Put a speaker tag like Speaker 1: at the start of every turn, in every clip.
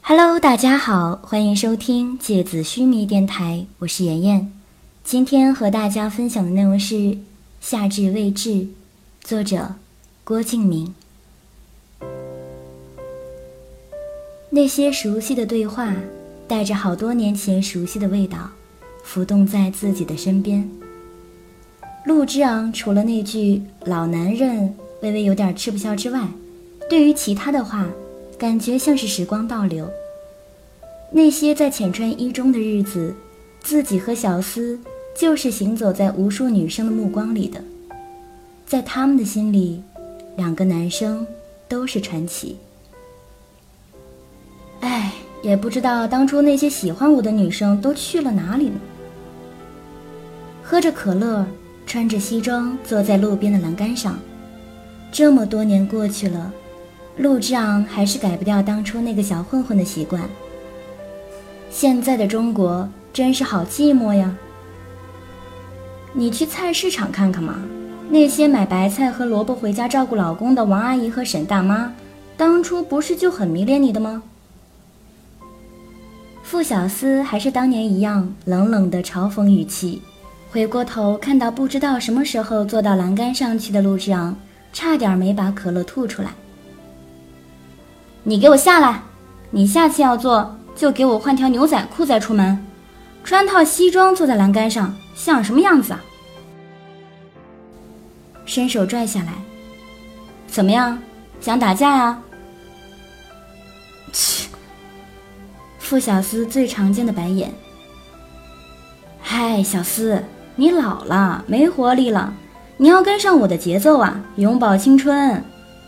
Speaker 1: Hello， 大家好，欢迎收听芥子须弥电台，我是妍妍。今天和大家分享的内容是《夏至未至》，作者郭敬明。那些熟悉的对话，带着好多年前熟悉的味道，浮动在自己的身边。陆之昂除了那句老男人微微有点吃不消之外，对于其他的话感觉像是时光倒流。那些在浅川一中的日子，自己和小司就是行走在无数女生的目光里的，在他们的心里，两个男生都是传奇。哎，也不知道当初那些喜欢我的女生都去了哪里呢。喝着可乐，穿着西装，坐在路边的栏杆上，这么多年过去了，陆之昂还是改不掉当初那个小混混的习惯。现在的中国真是好寂寞呀。你去菜市场看看嘛，那些买白菜和萝卜回家照顾老公的王阿姨和沈大妈，当初不是就很迷恋你的吗？傅小司还是当年一样冷冷的嘲讽语气，回过头看到不知道什么时候坐到栏杆上去的陆之昂，差点没把可乐吐出来。你给我下来，你下次要做就给我换条牛仔裤再出门，穿套西装坐在栏杆上像什么样子啊？伸手拽下来，怎么样，想打架呀？切！傅小司最常见的白眼。嗨，小司，你老了，没活力了，你要跟上我的节奏啊，永葆青春。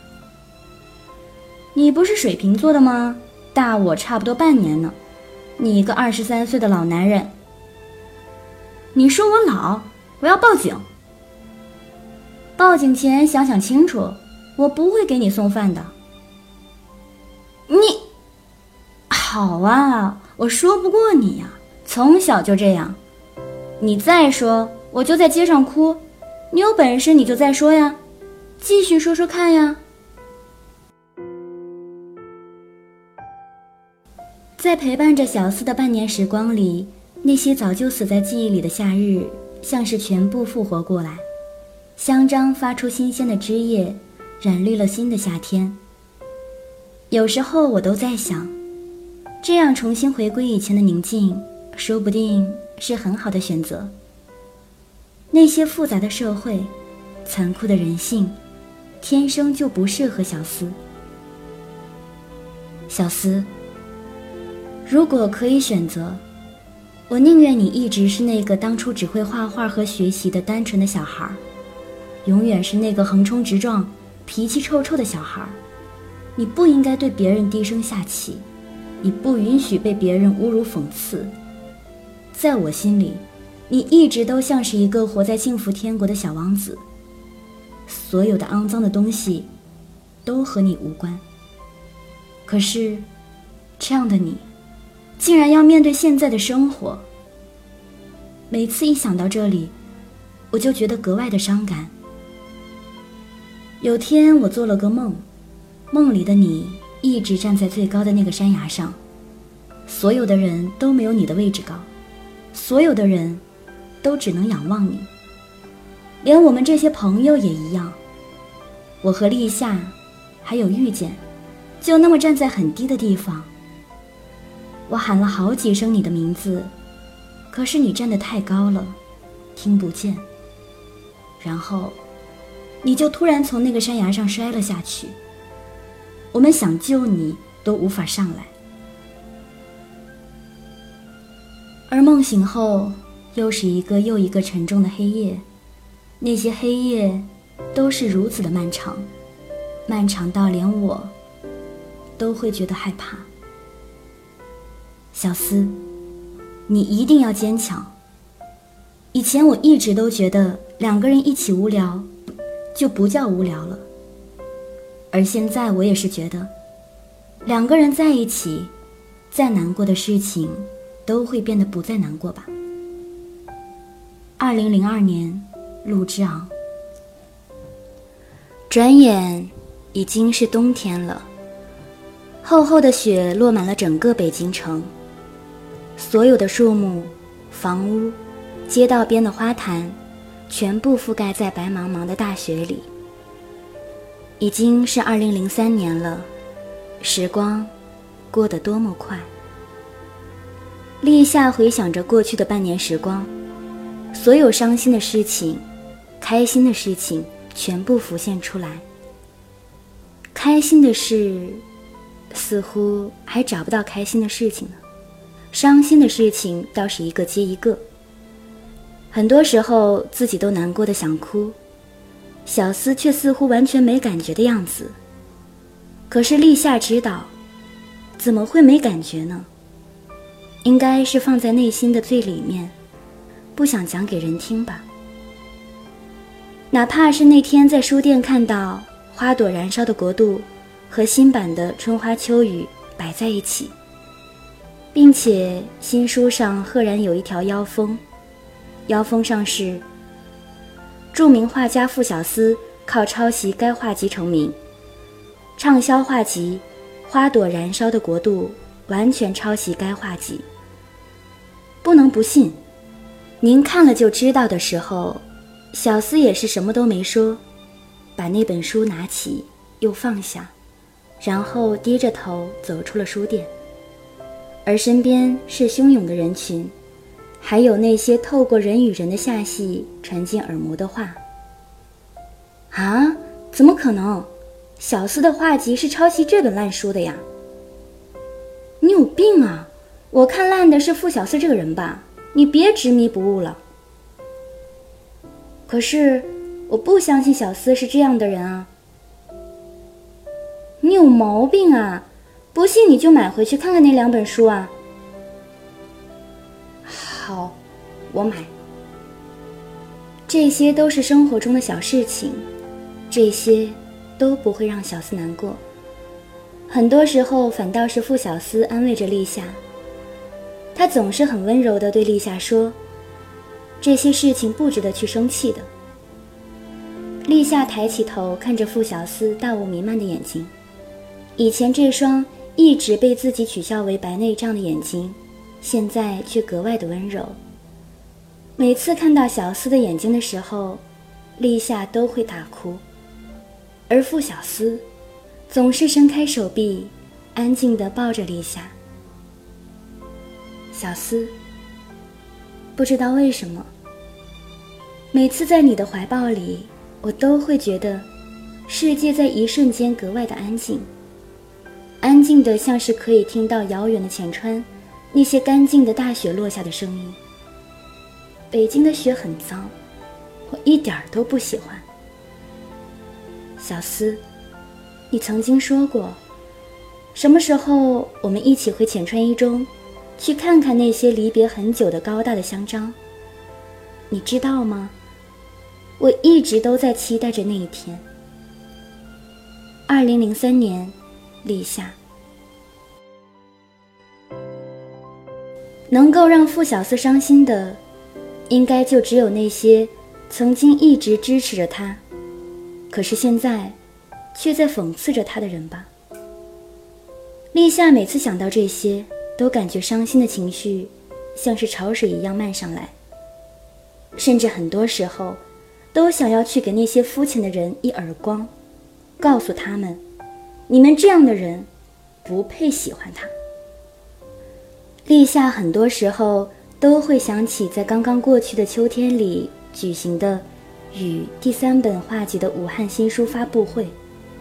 Speaker 1: 你不是水瓶座的吗？大我差不多半年呢，你一个23岁的老男人。你说我老，我要报警。报警前想想清楚，我不会给你送饭的。你，好啊，我说不过你呀，从小就这样。你再说，我就在街上哭。你有本事你就再说呀，继续说说看呀。在陪伴着小司的半年时光里，那些早就死在记忆里的夏日，像是全部复活过来。香樟发出新鲜的枝叶，染绿了新的夏天。有时候我都在想，这样重新回归以前的宁静，说不定是很好的选择。那些复杂的社会，残酷的人性，天生就不适合小司。小司，如果可以选择，我宁愿你一直是那个当初只会画画和学习的单纯的小孩，永远是那个横冲直撞、脾气臭臭的小孩。你不应该对别人低声下气，你不允许被别人侮辱讽刺。在我心里，你一直都像是一个活在幸福天国的小王子，所有的肮脏的东西都和你无关。可是，这样的你竟然要面对现在的生活。每次一想到这里，我就觉得格外的伤感。有天我做了个梦，梦里的你一直站在最高的那个山崖上，所有的人都没有你的位置高，所有的人都只能仰望你，连我们这些朋友也一样。我和立夏还有遇见，就那么站在很低的地方。我喊了好几声你的名字，可是你站得太高了，听不见。然后你就突然从那个山崖上摔了下去，我们想救你都无法上来。而梦醒后，又是一个又一个沉重的黑夜，那些黑夜都是如此的漫长，漫长到连我都会觉得害怕。小司，你一定要坚强。以前我一直都觉得两个人一起无聊就不叫无聊了，而现在我也是觉得两个人在一起，再难过的事情都会变得不再难过吧。2002年，陆之昂。转眼已经是冬天了， 厚厚的雪落满了整个北京城，所有的树木、房屋、街道边的花坛，全部覆盖在白茫茫的大雪里。已经是2003年了，时光过得多么快。立夏回想着过去的半年时光，所有伤心的事情、开心的事情全部浮现出来。开心的事似乎还找不到开心的事情呢，伤心的事情倒是一个接一个。很多时候自己都难过的想哭，小思却似乎完全没感觉的样子。可是立夏知道，怎么会没感觉呢？应该是放在内心的最里面，不想讲给人听吧。哪怕是那天在书店看到花朵燃烧的国度和新版的春花秋雨摆在一起，并且新书上赫然有一条腰封，腰封上是著名画家傅小司靠抄袭该画集成名，畅销画集《花朵燃烧的国度》完全抄袭该画集。不能不信，您看了就知道的时候，小司也是什么都没说，把那本书拿起又放下，然后低着头走出了书店。而身边是汹涌的人群，还有那些透过人与人的下隙传进耳膜的话。啊，怎么可能？小司的画集是抄袭这本烂书的呀？你有病啊！我看烂的是傅小司这个人吧，你别执迷不悟了。可是我不相信小司是这样的人啊。你有毛病啊！不信你就买回去看看那2本书啊。好，我买。这些都是生活中的小事情，这些都不会让小司难过。很多时候反倒是傅小司安慰着立夏，他总是很温柔地对立夏说，这些事情不值得去生气的。立夏抬起头看着傅小司大雾弥漫的眼睛，以前这双一直被自己取笑为白内障的眼睛，现在却格外的温柔。每次看到小司的眼睛的时候，立夏都会大哭，而傅小司总是伸开手臂，安静地抱着立夏。小司，不知道为什么，每次在你的怀抱里，我都会觉得世界在一瞬间格外的安静，安静的像是可以听到遥远的浅川那些干净的大雪落下的声音。北京的雪很脏，我一点都不喜欢。小司，你曾经说过，什么时候我们一起回浅川一中，去看看那些离别很久的高大的香樟？你知道吗？我一直都在期待着那一天。2003年，立夏。能够让傅小司伤心的，应该就只有那些曾经一直支持着他，可是现在却在讽刺着他的人吧。立夏每次想到这些，都感觉伤心的情绪像是潮水一样漫上来，甚至很多时候都想要去给那些肤浅的人一耳光，告诉他们，你们这样的人不配喜欢他。立夏很多时候都会想起在刚刚过去的秋天里举行的与第3本画集的武汉新书发布会。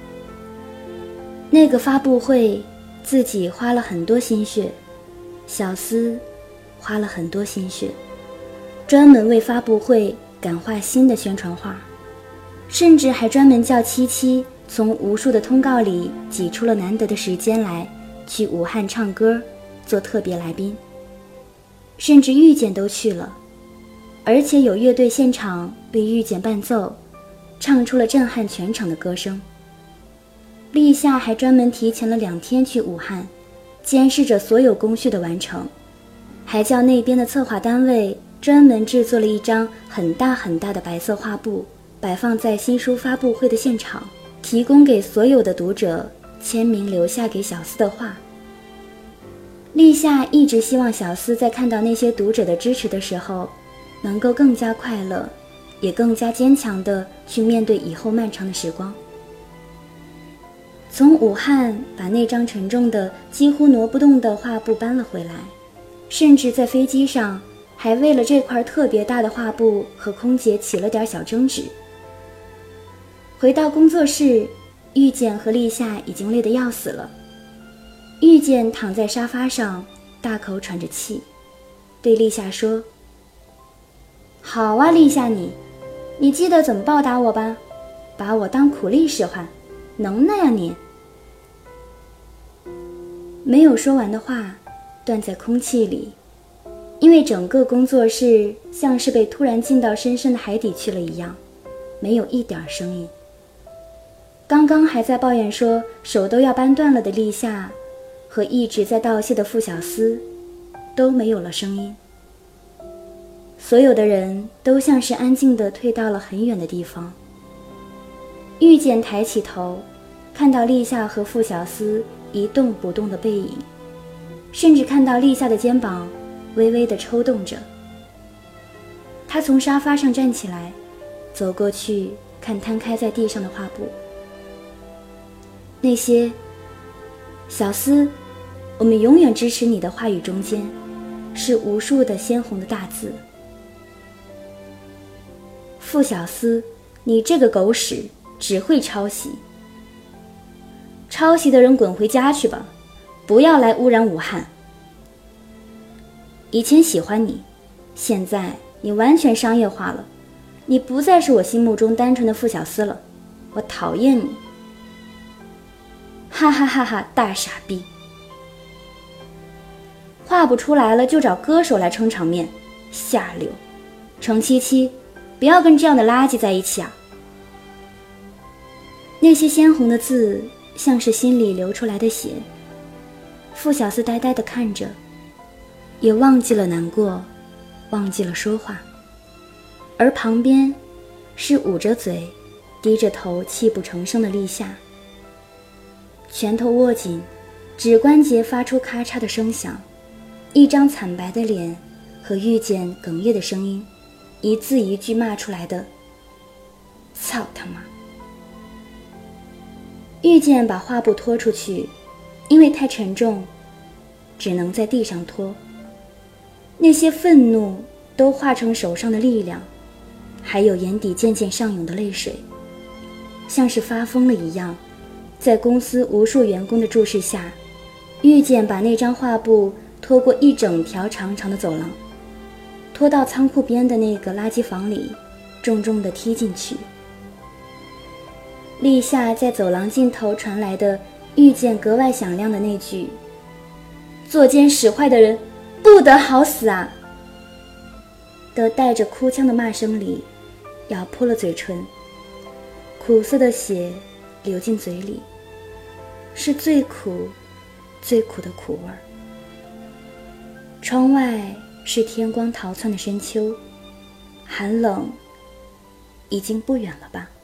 Speaker 1: 那个发布会自己花了很多心血，小司花了很多心血，专门为发布会感画新的宣传画，甚至还专门叫七七从无数的通告里挤出了难得的时间来去武汉唱歌，做特别来宾。甚至遇见都去了，而且有乐队现场为遇见伴奏，唱出了震撼全场的歌声。立夏还专门提前了2天去武汉，监视着所有工序的完成，还叫那边的策划单位专门制作了一张很大很大的白色画布，摆放在新书发布会的现场，提供给所有的读者签名留下给小司的话。立夏一直希望小司在看到那些读者的支持的时候，能够更加快乐，也更加坚强地去面对以后漫长的时光。从武汉把那张沉重的几乎挪不动的画布搬了回来，甚至在飞机上还为了这块特别大的画布和空姐起了点小争执。回到工作室，遇见和立夏已经累得要死了。遇见躺在沙发上，大口喘着气，对立夏说：好啊，立夏，你记得怎么报答我吧，把我当苦力使唤，能耐啊你。没有说完的话断在空气里，因为整个工作室像是被突然浸到深深的海底去了一样，没有一点声音。刚刚还在抱怨说手都要掰断了的立夏和一直在道谢的傅小司都没有了声音。所有的人都像是安静地退到了很远的地方。遇见抬起头，看到立夏和傅小司一动不动的背影，甚至看到立夏的肩膀微微地抽动着。他从沙发上站起来，走过去看摊开在地上的画布。那些小司，我们永远支持你的话语中间，是无数的鲜红的大字。傅小司，你这个狗屎，只会抄袭。抄袭的人滚回家去吧，不要来污染武汉。以前喜欢你，现在你完全商业化了，你不再是我心目中单纯的傅小司了，我讨厌你。哈哈哈哈，大傻逼！画不出来了就找歌手来撑场面，下流！程七七，不要跟这样的垃圾在一起啊！那些鲜红的字像是心里流出来的血。傅小司呆呆地看着，也忘记了难过，忘记了说话。而旁边是捂着嘴低着头泣不成声的立夏，拳头握紧，指关节发出咔嚓的声响，一张惨白的脸和遇见哽咽的声音，一字一句骂出来的：操他妈！遇见把画布拖出去，因为太沉重，只能在地上拖。那些愤怒都化成手上的力量，还有眼底渐渐上涌的泪水，像是发疯了一样。在公司无数员工的注视下，遇见把那张画布拖过一整条长长的走廊，拖到仓库边的那个垃圾房里，重重地踢进去。立夏在走廊尽头传来的遇见格外响亮的那句：作奸使坏的人不得好死啊！的带着哭腔的骂声里，咬破了嘴唇，苦涩的血流进嘴里，是最苦最苦的苦味儿。窗外是天光逃窜的深秋，寒冷已经不远了吧。